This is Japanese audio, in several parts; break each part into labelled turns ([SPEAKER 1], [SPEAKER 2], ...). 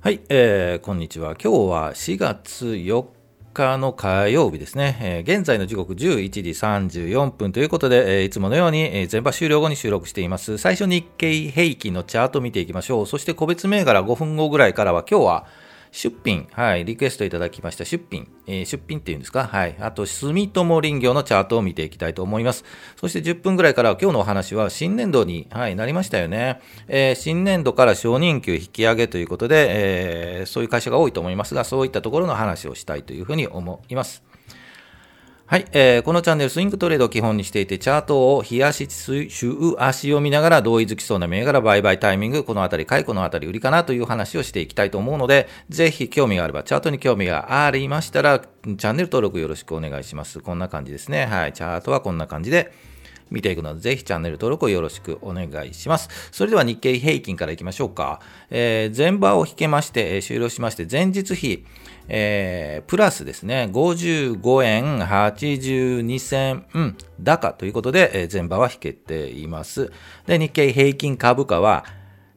[SPEAKER 1] はい、こんにちは。今日は4月4日の火曜日ですね。現在の時刻11時34分ということで、いつものように、前場終了後に収録しています。最初日経平均のチャートを見ていきましょう。そして個別銘柄5分後ぐらいからは今日は出品、はい、リクエストいただきました出品、出品っていうんですか、はい、あと住友林業のチャートを見ていきたいと思います。そして10分ぐらいからは今日のお話は新年度に、はい、なりましたよね。新年度から初任給引き上げということで、そういう会社が多いと思いますが、そういったところの話をしたいというふうに思います。はい、このチャンネルスイングトレードを基本にしていて、チャートを日足、週足を見ながら同意づきそうな銘柄売買タイミング、このあたり買い、このあたり売りかなという話をしていきたいと思うので、ぜひ興味があれば、チャートに興味がありましたら、チャンネル登録よろしくお願いします。こんな感じですね。はい、チャートはこんな感じで見ていくので、ぜひチャンネル登録をよろしくお願いします。それでは日経平均からいきましょうか。前場を引けまして、終了しまして、前日比、プラスですね、55円82銭、高ということで、前場は引けています。で、日経平均株価は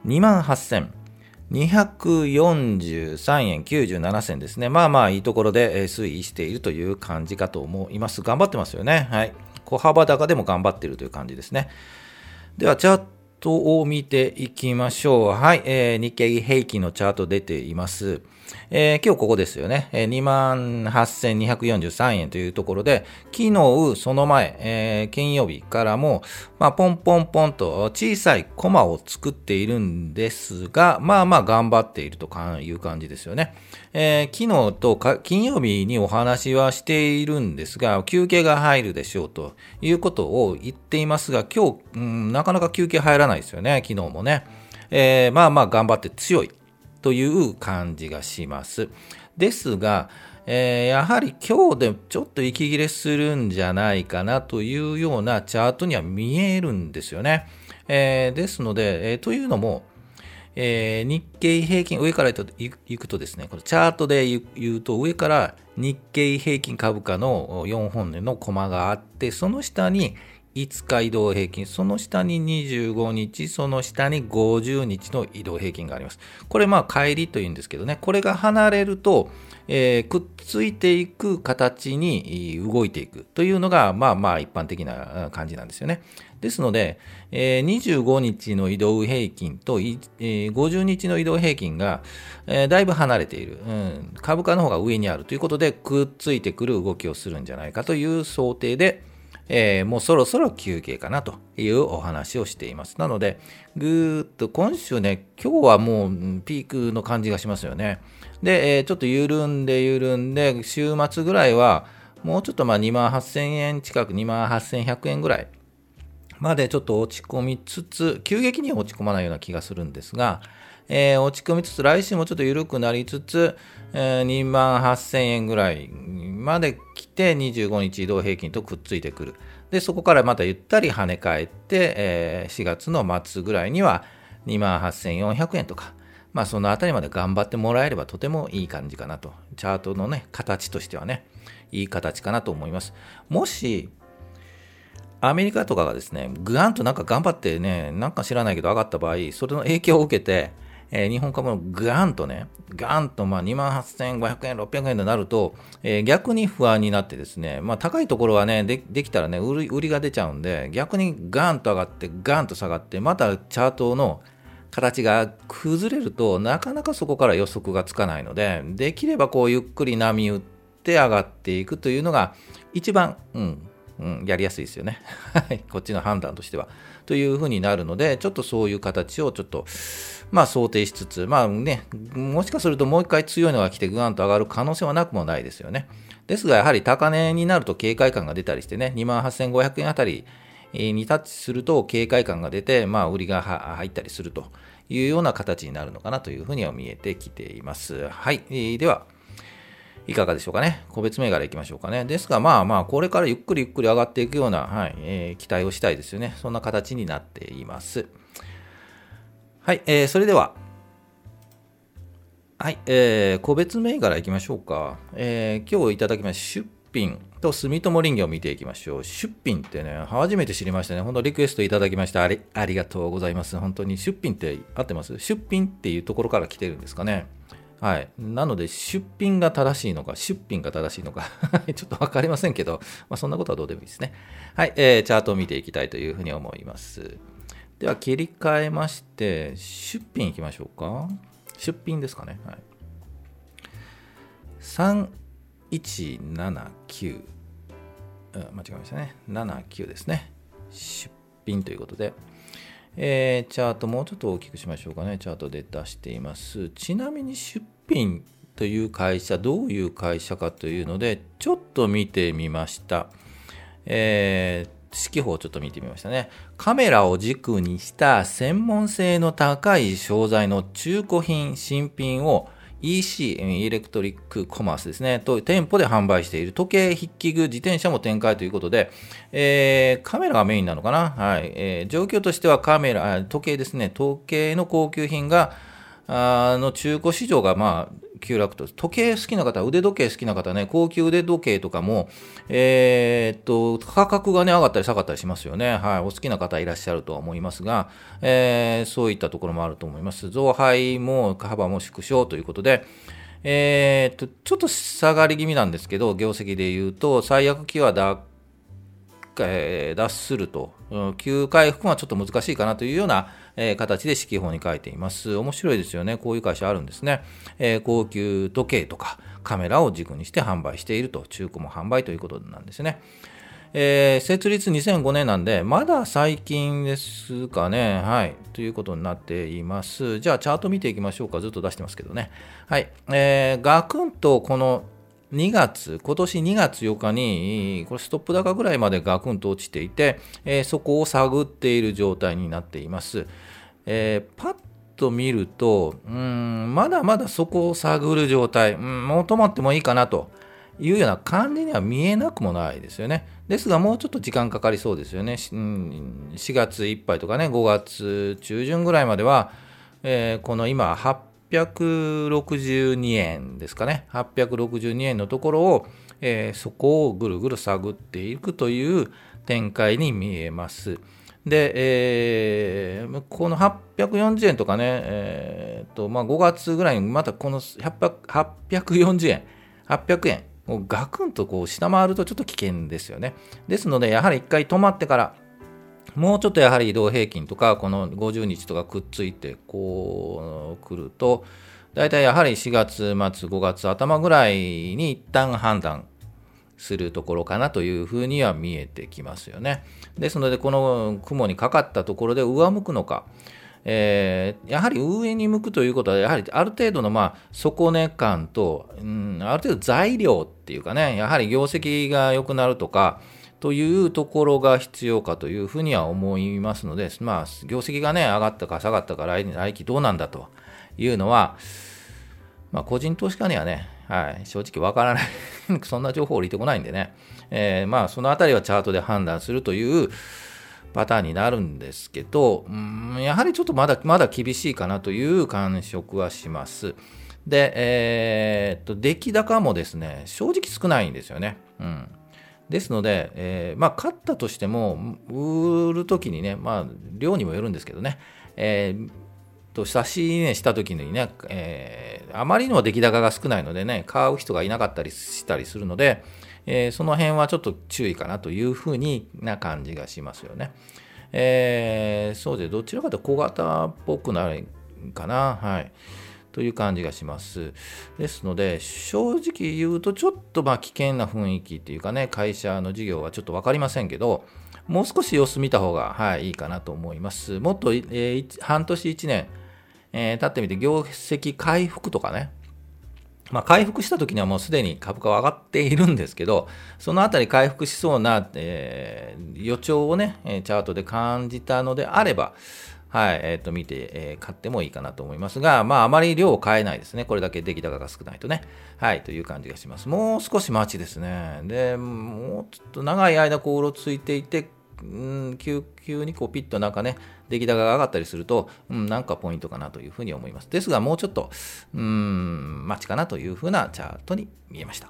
[SPEAKER 1] 28,243円97銭ですね。まあまあいいところで推移しているという感じかと思います。頑張ってますよね。はい。小幅高でも頑張っているという感じですね。では、チャートを見ていきましょう。はい。日経平均のチャート出ています。今日ここですよね。28,243円というところで、昨日その前、金曜日からも、ポンポンポンと小さいコマを作っているんですが、まあまあ頑張っているという感じですよね。昨日と金曜日にお話はしているんですが、休憩が入るでしょうということを言っていますが、今日、なかなか休憩入らないですよね、昨日もね。まあまあ頑張って強いという感じがします。ですが、やはり今日でちょっと息切れするんじゃないかなというようなチャートには見えるんですよね。ですので、というのも、日経平均上からいくとですね、このチャートで言うと上から日経平均株価の4本のコマがあって、その下に5日移動平均、その下に25日、その下に50日の移動平均があります。これ乖離というんですけどね、これが離れると、くっついていく形に動いていくというのが、まあ一般的な感じなんですよね。ですので、25日の移動平均と50日の移動平均が、だいぶ離れている、株価の方が上にあるということで、くっついてくる動きをするんじゃないかという想定で、もうそろそろ休憩かなというお話をしています。なので、ぐーっと今週ね、今日はもうピークの感じがしますよね。で、ちょっと緩んで、週末ぐらいは、もうちょっと28,000円近く、28,100円ぐらいまでちょっと落ち込みつつ、急激には落ち込まないような気がするんですが、落ち込みつつ、来週もちょっと緩くなりつつ、28,000円ぐらいまで来て、25日移動平均とくっついてくる。で、そこからまたゆったり跳ね返って、4月の末ぐらいには28,400円とか、そのあたりまで頑張ってもらえればとてもいい感じかなと。チャートのね、形としてはね、いい形かなと思います。もし、アメリカとかがですね、ぐわんとなんか頑張ってね、なんか知らないけど上がった場合、それの影響を受けて、日本株のぐわんと28,500円、600円となると、逆に不安になってですね、高いところはね、できたらね、売りが出ちゃうんで、逆にガーンと上がって、ガーンと下がって、またチャートの形が崩れると、なかなかそこから予測がつかないので、できればこうゆっくり波打って上がっていくというのが一番、やりやすいですよね。こっちの判断としては。というふうになるので、ちょっとそういう形をちょっと、想定しつつ、もしかするともう一回強いのが来てグワンと上がる可能性はなくもないですよね。ですが、やはり高値になると警戒感が出たりしてね、28,500円あたりにタッチすると警戒感が出て、売りが入ったりするというような形になるのかなというふうには見えてきています。はい。では、いかがでしょうかね。個別銘柄いきましょうかね。ですが、これからゆっくり上がっていくような、期待をしたいですよね。そんな形になっています。はい、それでは、はい、個別銘柄いきましょうか。今日いただきました出品。 と住友林業を見ていきましょう。出品ってね、初めて知りましたね。本当リクエストいただきました。ありがとうございます。本当に出品って合ってます？出品っていうところから来てるんですかね。はい。なので、出品が正しいのか、出品が正しいのか、ちょっとわかりませんけど、そんなことはどうでもいいですね。はい。チャートを見ていきたいというふうに思います。では、切り替えまして、出品いきましょうか。出品ですかね。はい。3179。間違えましたね。79ですね。出品ということで。チャートもうちょっと大きくしましょうかね。チャートで出しています。ちなみに出品という会社、どういう会社かというので、ちょっと見てみました。指揮法をちょっと見てみましたね。カメラを軸にした専門性の高い商材の中古品、新品をEC、エレクトリックコマースですね、と店舗で販売している時計、筆記具、自転車も展開ということで、カメラがメインなのかな、はい。状況としては時計ですね、時計の高級品が、の中古市場が急落と。時計好きな方、腕時計好きな方ね、高級腕時計とかも、価格がね、上がったり下がったりしますよね。はい。お好きな方いらっしゃるとは思いますが、そういったところもあると思います。増配も幅も縮小ということで、ちょっと下がり気味なんですけど、業績で言うと、最悪期は脱すると、急回復はちょっと難しいかなというような、形で指揮法に書いています。面白いですよね。こういう会社あるんですね。高級時計とかカメラを軸にして販売していると、中古も販売ということなんですね。設立2005年なんで、まだ最近ですかね。はい。ということになっています。じゃあ、チャート見ていきましょうか。ずっと出してますけどね。はい。ガクンとこの今年2月8日に、これストップ高ぐらいまでガクンと落ちていて、そこを探っている状態になっています。パッと見ると、まだまだそこを探る状態、もう止まってもいいかなというような感じには見えなくもないですよね。ですが、もうちょっと時間かかりそうですよね。4月いっぱいとかね、5月中旬ぐらいまでは、この今、862円ですかね。862円のところを、そこをぐるぐる探っていくという展開に見えます。で、この840円とかね、5月ぐらいにまたこの840円、800円をガクンとこう下回るとちょっと危険ですよね。ですので、やはり一回止まってから、もうちょっとやはり移動平均とか、この50日とかくっついて、こう来ると、だいたいやはり4月末、5月頭ぐらいに一旦判断するところかなというふうには見えてきますよね。ですので、この雲にかかったところで上向くのか、やはり上に向くということは、やはりある程度の底値感と、ある程度材料っていうかね、やはり業績が良くなるとか、というところが必要かというふうには思いますので、業績がね、上がったか下がったか来期どうなんだというのは、個人投資家にはね、はい、正直わからない。そんな情報降りてこないんでね。そのあたりはチャートで判断するというパターンになるんですけど、やはりちょっとまだ厳しいかなという感触はします。で、出来高もですね、正直少ないんですよね。ですので、買ったとしても、売るときにね、量にもよるんですけどね、差し値したときにね、あまりの出来高が少ないのでね、買う人がいなかったりしたりするので、その辺はちょっと注意かなというふうな感じがしますよね。そうで、どちらかというと小型っぽくなるかな。はい。という感じがします。ですので、正直言うと、ちょっと危険な雰囲気っていうかね、会社の事業はちょっと分かりませんけど、もう少し様子見た方が、いいかなと思います。もっと、半年1年、経ってみて、業績回復とかね、回復した時にはもうすでに株価は上がっているんですけど、そのあたり回復しそうな、予兆をね、チャートで感じたのであれば、はい、見て、買ってもいいかなと思いますが、あまり量を買えないですね。これだけ出来高が少ないとね。はい、という感じがします。もう少し待ちですね。で、もうちょっと長い間うろついていて、急にピッと出来高が上がったりすると、なんかポイントかなというふうに思います。ですが、もうちょっと、待ちかなというふうなチャートに見えました。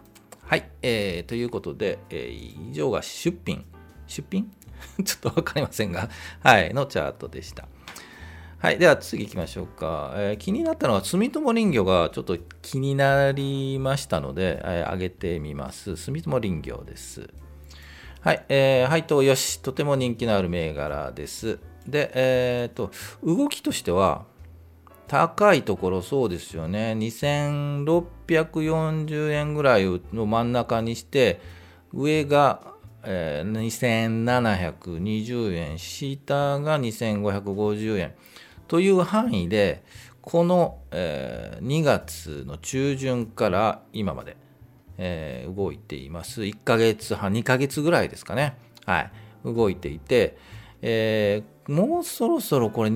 [SPEAKER 1] はい、ということで、以上が出品ちょっとわかりませんが、はい、のチャートでした。はい、では次行きましょうか。気になったのは住友林業がちょっと気になりましたので、上げてみます。住友林業です。はい、配当よし、とても人気のある銘柄です。で、動きとしては、高いところそうですよね。2640円ぐらいの真ん中にして、上が、2720円、下が2550円という範囲で、この、2月の中旬から今まで、動いています。1ヶ月半、2ヶ月ぐらいですかね。はい。動いていて、もうそろそろこれ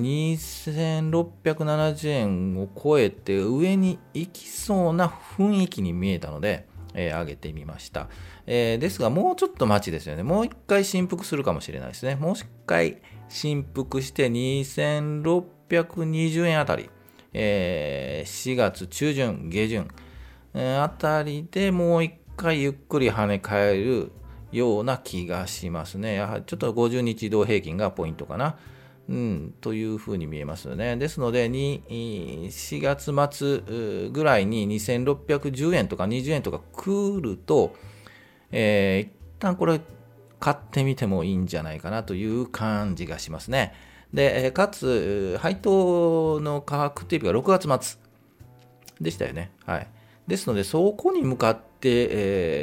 [SPEAKER 1] 2670円を超えて上に行きそうな雰囲気に見えたので、上げてみました。ですがもうちょっと待ちですよね。もう一回振幅するかもしれないですね。もう一回振幅して2620円あたり、4月中旬、下旬、あたりでもう一回ゆっくり跳ね返るような気がしますね。やはりちょっと50日移動平均がポイントかな。というふうに見えますよね。ですので、4月末ぐらいに2610円とか20円とか来ると、一旦これ買ってみてもいいんじゃないかなという感じがしますね。で、かつ、配当の価格定日が6月末でしたよね。はい。ですので、そこに向かって、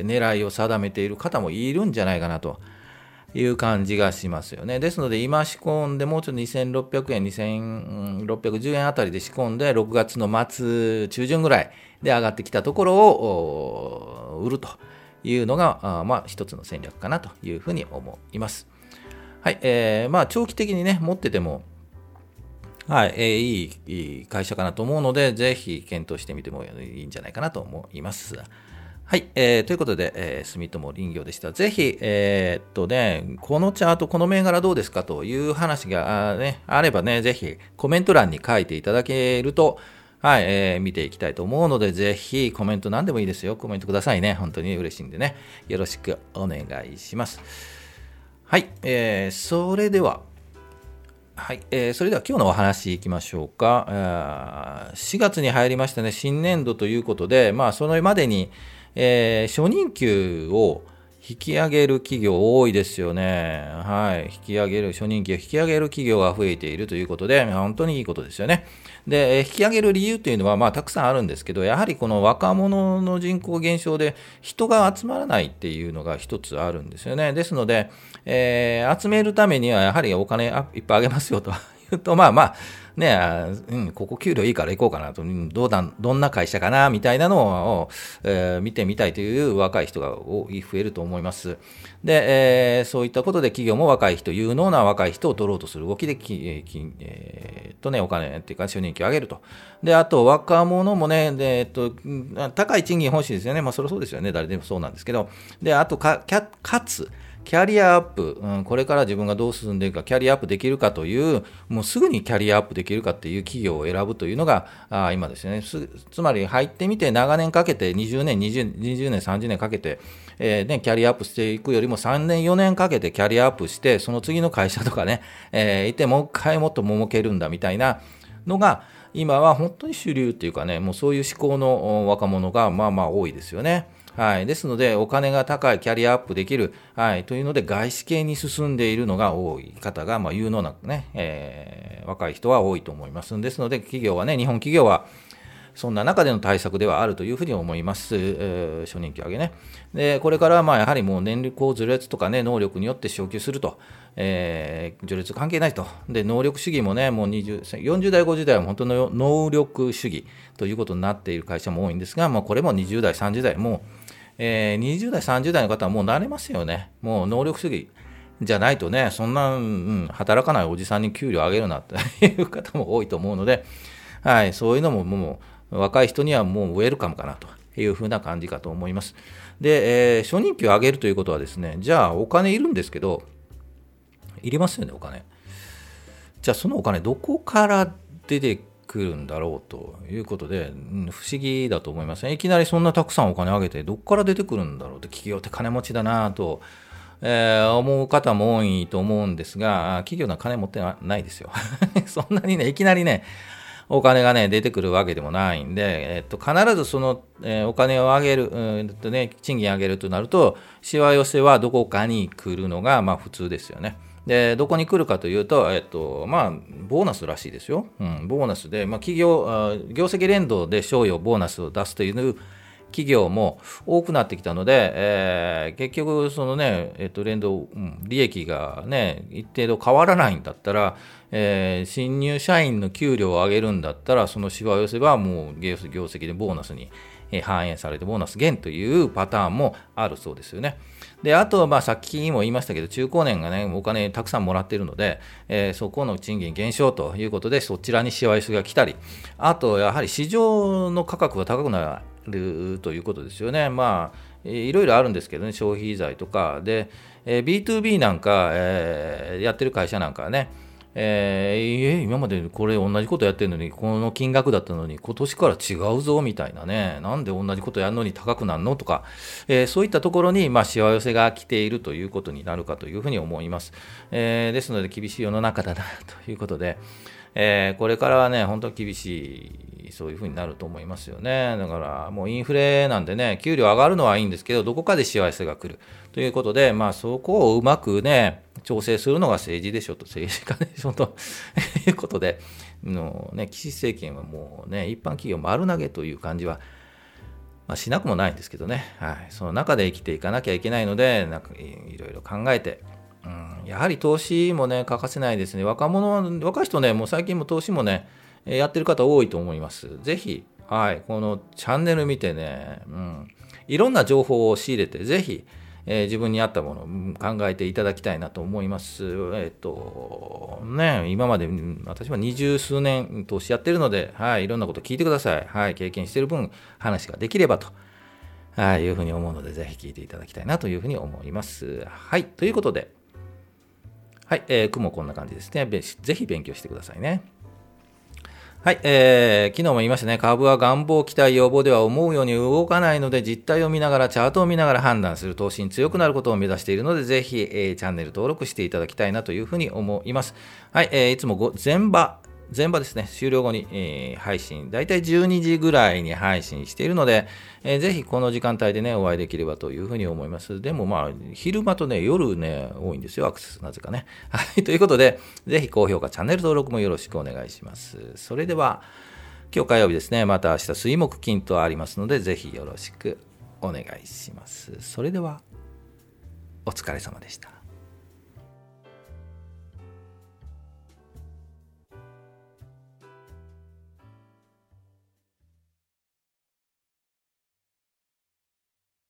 [SPEAKER 1] 狙いを定めている方もいるんじゃないかなという感じがしますよね。ですので、今仕込んで、もうちょっと2600円、2610円あたりで仕込んで、6月の末、中旬ぐらいで上がってきたところを売るというのが、一つの戦略かなというふうに思います。はい。長期的にね、持ってても、はい、いい会社かなと思うので、ぜひ検討してみてもいいんじゃないかなと思います。はい、ということで、住友林業でした。ぜひ、このチャート、この銘柄どうですかという話があればね、ぜひコメント欄に書いていただけると、はい、見ていきたいと思うので、ぜひコメント何でもいいですよ。コメントくださいね。本当に嬉しいんでね。よろしくお願いします。はい、それでは、はい、それでは今日のお話いきましょうか。4月に入りましたね、新年度ということで、それまでに、初任給を引き上げる企業多いですよね。はい。初任給を引き上げる企業が増えているということで、本当にいいことですよね。で、引き上げる理由というのは、たくさんあるんですけど、やはりこの若者の人口減少で人が集まらないっていうのが一つあるんですよね。ですので、集めるためにはやはりお金いっぱいあげますよというと、ここ給料いいから行こうかなと、どんな会社かなみたいなのを、見てみたいという若い人が増えると思います。で、そういったことで企業も若い人、有能な若い人を取ろうとする動きで、お金っていうか、初任給を上げると。で、あと、若者もね、高い賃金欲しいですよね。それそうですよね。誰でもそうなんですけど。で、あとかつ、キャリアアップ、これから自分がどう進んでいくか、キャリアアップできるかという、もうすぐにキャリアアップできるかという企業を選ぶというのが、今ですね。つまり入ってみて長年かけて、20年、20年、30年かけて、キャリアアップしていくよりも3年、4年かけてキャリアアップして、その次の会社とかね、いてもう一回もっと儲けるんだみたいなのが、今は本当に主流っていうかね、もうそういう思考の若者が多いですよね。はい。ですので、お金が高い、キャリアアップできる、はい。というので、外資系に進んでいるのが多い方が、有能なね、若い人は多いと思います。ですので、企業はね、日本企業は、そんな中での対策ではあるというふうに思います。初任給上げね。で、これからはやはりもう年功序列とかね、能力によって昇給すると。序列関係ないと。で、能力主義もね、もう40代、50代は本当の能力主義ということになっている会社も多いんですが、これも20代、30代、もう、20代、30代の方はもう慣れますよね。もう能力主義じゃないとね、そんな、働かないおじさんに給料上げるなっていう方も多いと思うので、はい、そういうのももう若い人にはもうウェルカムかなというふうな感じかと思います。で、初任給を上げるということはですね、じゃあお金いるんですけど、いりますよね、お金。じゃあそのお金どこから出てくるんだろうということで、不思議だと思いますね。いきなりそんなたくさんお金を上げてどっから出てくるんだろうって、企業って金持ちだなと、思う方も多いと思うんですが、企業は金持ってないですよ。そんなにね、いきなりね、お金がね、出てくるわけでもないんで、必ずその、お金を上げる、賃金上げるとなると、しわ寄せはどこかに来るのが、普通ですよね。で、どこに来るかというと、ボーナスらしいですよ。ボーナスで、企業、業績連動で賞与、ボーナスを出すという企業も多くなってきたので、結局、そのね、連動、利益がね、一定度変わらないんだったら、新入社員の給料を上げるんだったら、そのしわ寄せはもう業績でボーナスに反映されて、ボーナス減というパターンもあるそうですよね。で、あと、さっきも言いましたけど、中高年がね、お金たくさんもらっているので、そこの賃金減少ということで、そちらにしわ寄せが来たり、あと、やはり市場の価格が高くなるということですよね。いろいろあるんですけどね、消費財とかで、B2B なんか、やってる会社なんかはね、今までこれ同じことやってるのに、この金額だったのに、今年から違うぞみたいなね、なんで同じことやるのに高くなるのとか、そういったところに、しわ寄せが来ているということになるかというふうに思います。ですので、厳しい世の中だなということで、これからはね、本当に厳しい、そういうふうになると思いますよね。だから、もうインフレなんでね、給料上がるのはいいんですけど、どこかでしわ寄せが来るということで、そこをうまくね、調整するのが政治でしょと、政治家でしょということで、岸政権はもうね、一般企業丸投げという感じは、しなくもないんですけどね、その中で生きていかなきゃいけないので、いろいろ考えて、やはり投資もね、欠かせないですね。若い人ね、もう最近も投資もね、やってる方多いと思います。ぜひ、このチャンネル見てね、いろんな情報を仕入れて、ぜひ、自分に合ったものを考えていただきたいなと思います。今まで私は20数年投資やってるので、いろんなこと聞いてください。経験している分、話ができればと。いうふうに思うので、ぜひ聞いていただきたいなというふうに思います。ということで、句もこんな感じですね。ぜひ勉強してくださいね。昨日も言いましたね。株は願望、期待、要望では思うように動かないので、実態を見ながら、チャートを見ながら判断する投資に強くなることを目指しているので、ぜひ、チャンネル登録していただきたいなというふうに思います。いつも前場ですね、終了後に、配信、だいたい12時ぐらいに配信しているので、ぜひこの時間帯でね、お会いできればというふうに思います。でも昼間とね、夜ね、多いんですよ、アクセスなぜかね。ということで、ぜひ高評価、チャンネル登録もよろしくお願いします。それでは、今日火曜日ですね、また明日水木金とありますので、ぜひよろしくお願いします。それでは、お疲れ様でした。